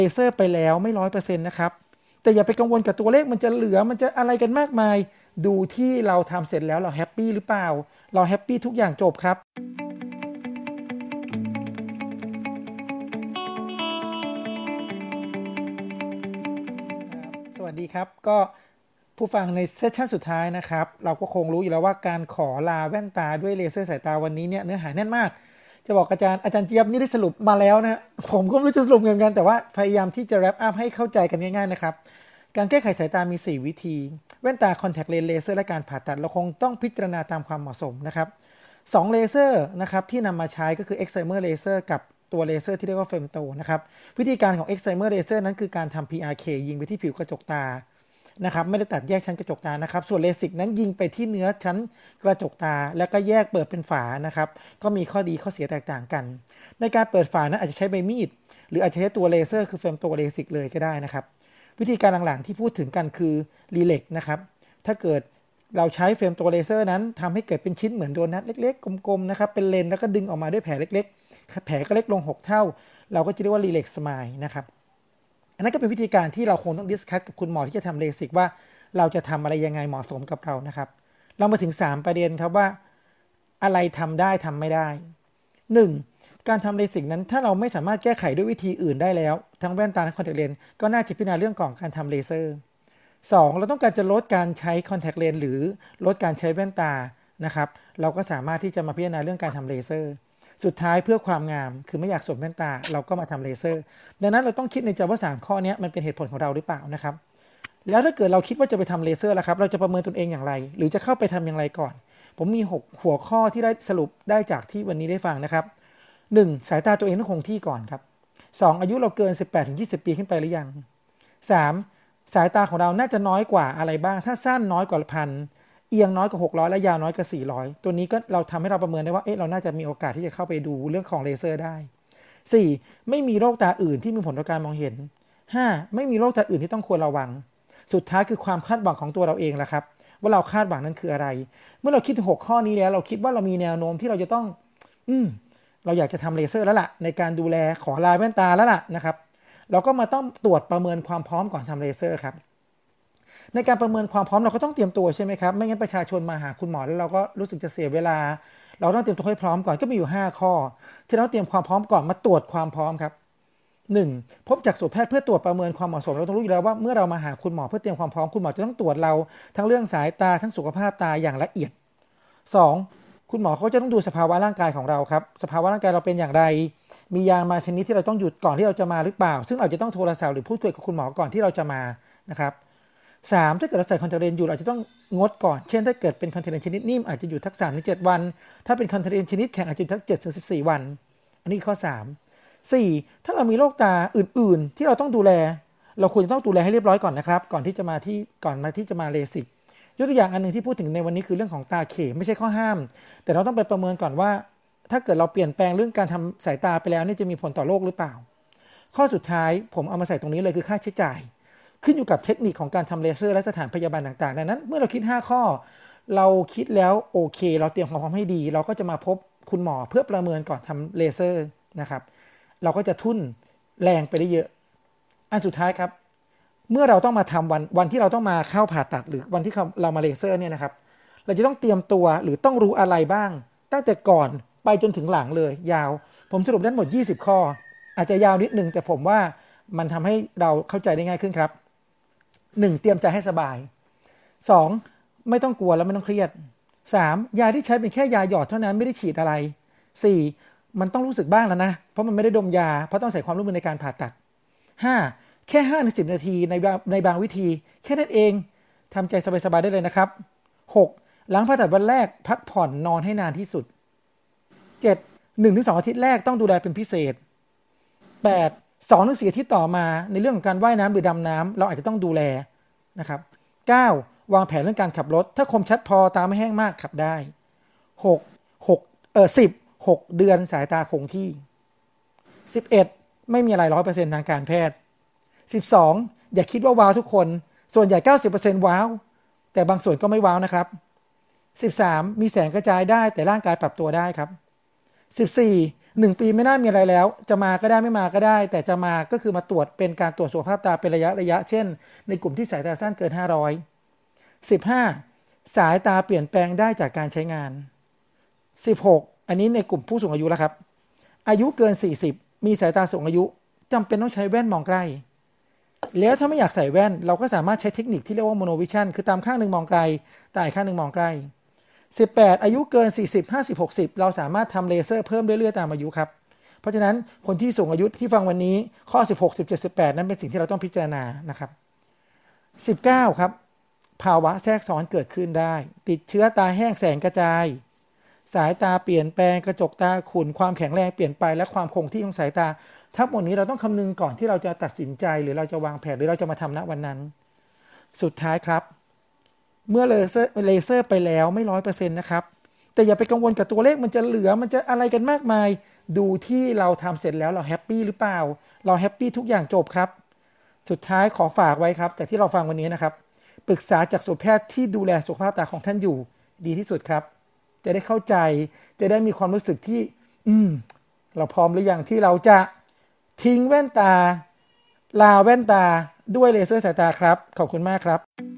เลเซอร์ไปแล้วไม่ 100% นะครับแต่อย่าไปกังวลกับตัวเลขมันจะเหลือมันจะอะไรกันมากมายดูที่เราทำเสร็จแล้วเราแฮปปี้หรือเปล่าเราแฮปปี้ทุกอย่างจบครับสวัสดีครับก็ผู้ฟังในเซสชั่นสุดท้ายนะครับเราก็คงรู้อยู่แล้วว่าการขอลาแว่นตาด้วยเลเซอร์สายตาวันนี้เนี่ยเนื้อหาแน่นมากจะบอกอาจารย์เจี๊ยบนี่ได้สรุปมาแล้วนะผมก็ไม่รู้จะสรุปเหมือนกันแต่ว่าพยายามที่จะแรปอัพให้เข้าใจกันง่ายๆนะครับการแก้ไขสายตามี4วิธีแว่นตาคอนแทคเลนส์เลเซอร์และการผ่าตัดเราคงต้องพิจารณาตามความเหมาะสมนะครับ2เลเซอร์นะครับที่นำมาใช้ก็คือ Excimer Laser กับตัวเลเซอร์ที่เรียกว่าเฟมโตนะครับวิธีการของ Excimer Laser นั้นคือการทำ PRK ยิงไปที่ผิวกระจกตานะครับไม่ได้ตัดแยกชั้นกระจกตานะครับส่วนเลสิกนั้นยิงไปที่เนื้อชั้นกระจกตาแล้วก็แยกเปิดเป็นฝานะครับก็มีข้อดีข้อเสียแตกต่างกันในการเปิดฝานั้นอาจจะใช้ใบมีดหรืออาจจะใช้ตัวเลเซอร์คือเฟมโตเลสิกเลยก็ได้นะครับวิธีการหลังๆที่พูดถึงกันคือรีเล็กนะครับถ้าเกิดเราใช้เฟมโตเลเซอร์นั้นทำให้เกิดเป็นชิ้นเหมือนโดนัทเล็กๆกลมๆนะครับเป็นเลนแล้วก็ดึงออกมาด้วยแผลเล็กๆแผลก็เล็กลง6เท่าเราก็จะเรียกว่ารีเล็กสไมล์นะครับอันนั้นก็เป็นวิธีการที่เราคงต้องดิสคัสกับคุณหมอที่จะทำเลสิกว่าเราจะทำอะไรยังไงเหมาะสมกับเรานะครับเรามาถึง3ประเด็นครับว่าอะไรทำได้ทำไม่ได้ 1. การทำเลสิกนั้นถ้าเราไม่สามารถแก้ไขด้วยวิธีอื่นได้แล้วทั้งแว่นตาและคอนแทคเลนส์ก็น่าจะพิจารณาเรื่องของการทำเลเซอร์ 2. เราต้องการจะลดการใช้คอนแทคเลนส์หรือลดการใช้แว่นตานะครับเราก็สามารถที่จะมาพิจารณาเรื่องการทำเลเซอร์สุดท้ายเพื่อความงามคือไม่อยากสวมแว่นตาเราก็มาทำเลเซอร์ดังนั้นเราต้องคิดในใจว่า3ข้อนี้มันเป็นเหตุผลของเราหรือเปล่านะครับแล้วถ้าเกิดเราคิดว่าจะไปทำเลเซอร์แล้วครับเราจะประเมินตนเองอย่างไรหรือจะเข้าไปทำอย่างไรก่อนผมมี6หัวข้อที่ได้สรุปได้จากที่วันนี้ได้ฟังนะครับ 1. สายตาตัวเองต้องคงที่ก่อนครับ 2. อายุเราเกิน 18-20 ปีขึ้นไปหรือยัง 3. สายตาของเราน่าจะน้อยกว่าอะไรบ้างถ้าสั้นน้อยกว่าพันเอียงน้อยกว่า600และยาวน้อยกว่า400ตัวนี้ก็เราทำให้เราประเมินได้ว่าเราน่าจะมีโอกาสที่จะเข้าไปดูเรื่องของเลเซอร์ได้ 4. ไม่มีโรคตาอื่นที่มีผลต่อการมองเห็น 5. ไม่มีโรคตาอื่นที่ต้องควรระวังสุดท้ายคือความคาดหวังของตัวเราเองละครับว่าเราคาดหวังนั้นคืออะไรเมื่อเราคิดถึง6ข้อนี้แล้วเราคิดว่าเรามีแนวโน้มที่เราจะต้องเราอยากจะทำเลเซอร์แล้วล่ะในการดูแลขอลายแว่นตาแล้วล่ะนะครับเราก็มาต้องตรวจประเมินความพร้อมก่อนทำเลเซอร์ครับในการประเมินความพร้อมเราก็ต้องเตรียมตัวใช่ไหมครับไม่งั้นประชาชนมาหาคุณหมอแล้วเราก็รู้สึกจะเสียเวลาเราต้องเตรียมตัวให้พร้อมก่อนก็มีอยู่5ข้อที่เราเตรียมความพร้อมก่อนมาตรวจความพร้อมครับ 1. พบจักษุแพทย์เพื่อตรวจประเมินความเหมาะสมเราต้องรู้อยู่แล้วว่าเมื่อเรามาหาคุณหมอเพื่อเตรียมความพร้อมคุณหมอจะต้องตรวจเราทั้งเรื่องสายตาทั้งสุขภาพตาอย่างละเอียด 2. คุณหมอเขาจะต้องดูสภาวะร่างกายของเราครับสภาวะร่างกายเราเป็นอย่างไรมียามาชนิดที่เราต้องหยุดก่อนที่เราจะมาหรือเปล่าซึ่งเราจะต้องโทรศัพท์หรือพูดคุยกับคุณหมอก่อนที่เราจะมานะครับ 3. ถ้าเกิดเราใส่คอนแทคเลนส์อยู่เราจะต้องงดก่อนเช่นถ้าเกิดเป็นคอนแทคเลนส์ชนิดนิ่มอาจจะอยู่ทัก 3-7 วันถ้าเป็นคอนแทคเลนส์ชนิดแข็งอาจจะอยู่ทัก 7-14 วันอันนี้ข้อ 3. 4. ถ้าเรามีโรคตาอื่นๆที่เราต้องดูแลเราควรจะต้องดูแลให้เรียบร้อยก่อนนะครับก่อนที่จะมาเลสิกยกตัวอย่างอันนึงที่พูดถึงในวันนี้คือเรื่องของตาเขไม่ใช่ข้อห้ามแต่เราต้องไปประเมินก่อนว่าถ้าเกิดเราเปลี่ยนแปลงเรื่องการทำสายตาไปแล้วนี่จะมีผลต่อโรคหรือเปล่าข้อสุดท้ายผมเอามาใส่ตรงนี้เลยคือค่าใช้จ่ายขึ้นอยู่กับเทคนิคของการทำเลเซอร์และสถานพยาบาลต่างๆดังนั้นเมื่อเราคิด5ข้อเราคิดแล้วโอเคเราเตรียมความพร้อมให้ดีเราก็จะมาพบคุณหมอเพื่อประเมินก่อนทำเลเซอร์นะครับเราก็จะทุ่นแรงไปได้เยอะอันสุดท้ายครับเมื่อเราต้องมาทำวันที่เราต้องมาเข้าผ่าตัดหรือวันที่เรามาเลเซอร์เนี่ยนะครับเราจะต้องเตรียมตัวหรือต้องรู้อะไรบ้างตั้งแต่ก่อนไปจนถึงหลังเลยยาวผมสรุปได้หมด20ข้ออาจจะยาวนิดนึงแต่ผมว่ามันทำให้เราเข้าใจได้ง่ายขึ้นครับ1. เตรียมใจให้สบาย 2. ไม่ต้องกลัวแล้วไม่ต้องเครียด 3. ยาที่ใช้เป็นแค่ยาหยอดเท่านั้นไม่ได้ฉีดอะไร 4. มันต้องรู้สึกบ้างแล้วนะเพราะมันไม่ได้ดมยาเพราะต้องใส่ความร่วมมือในการผ่าตัด 5. แค่ 5-10 นาทีในบางวิธีแค่นั้นเองทำใจสบายๆได้เลยนะครับ 6. หลังผ่าตัดวันแรกพักผ่อนนอนให้นานที่สุด 7. 1-2 อาทิตย์แรกต้องดูแลเป็นพิเศษ 8. 2-4 อาทิตย์ต่อมาในเรื่องของการว่ายน้ำหรือดำน้ำเราอาจจะต้องดูแลนะครับ 9. วางแผนเรื่องการขับรถถ้าคมชัดพอตาไม่แห้งมากขับได้ 10 6 เดือนสายตาคงที่ 11. ไม่มีอะไร 100% ทางการแพทย์ 12. อย่าคิดว่าว้าวทุกคนส่วนใหญ่ 90% ว้าวแต่บางส่วนก็ไม่ว้าวนะครับ 13. มีแสงกระจายได้แต่ร่างกายปรับตัวได้ครับ 14. 1 ปีไม่น่ามีอะไรแล้วจะมาก็ได้ไม่มาก็ได้แต่จะมาก็คือมาตรวจเป็นการตรวจสุขภาพตาเป็นระยะเช่นในกลุ่มที่สายตาสั้นเกิน500 15สายตาเปลี่ยนแปลงได้จากการใช้งาน16อันนี้ในกลุ่มผู้สูงอายุแล้วครับอายุเกิน40มีสายตาสูงอายุจำเป็นต้องใช้แว่นมองใกล้แล้วถ้าไม่อยากใส่แว่นเราก็สามารถใช้เทคนิคที่เรียกว่าโมโนวิชั่นคือตามข้างหนึ่งมองไกลตาอีกข้างหนึ่งมองใกล้18อายุเกิน40 50 60เราสามารถทำเลเซอร์เพิ่มเรื่อยๆตามอายุครับเพราะฉะนั้นคนที่สูงอายุที่ฟังวันนี้ข้อ16 17 18นั้นเป็นสิ่งที่เราต้องพิจารณานะครับ19ครับภาวะแทรกซ้อนเกิดขึ้นได้ติดเชื้อตาแห้งแสงกระจายสายตาเปลี่ยนแปลงกระจกตาขุ่นความแข็งแรงเปลี่ยนไปและความคงที่ของสายตาทั้งหมดนี้เราต้องคำนึงก่อนที่เราจะตัดสินใจหรือเราจะวางแผนหรือเราจะมาทำณวันนั้นสุดท้ายครับเมื่อเลเซอร์ไปแล้วไม่ 100% นะครับแต่อย่าไปกังวลกับตัวเลขมันจะเหลือมันจะอะไรกันมากมายดูที่เราทำเสร็จแล้วเราแฮปปี้หรือเปล่าเราแฮปปี้ทุกอย่างจบครับสุดท้ายขอฝากไว้ครับจากที่เราฟังวันนี้นะครับปรึกษาจากสุขแพทย์ที่ดูแลสุขภาพตาของท่านอยู่ดีที่สุดครับจะได้เข้าใจจะได้มีความรู้สึกที่เราพร้อมหรือยังที่เราจะทิ้งแว่นตาลาแว่นตาด้วยเลเซอร์สายตาครับขอบคุณมากครับ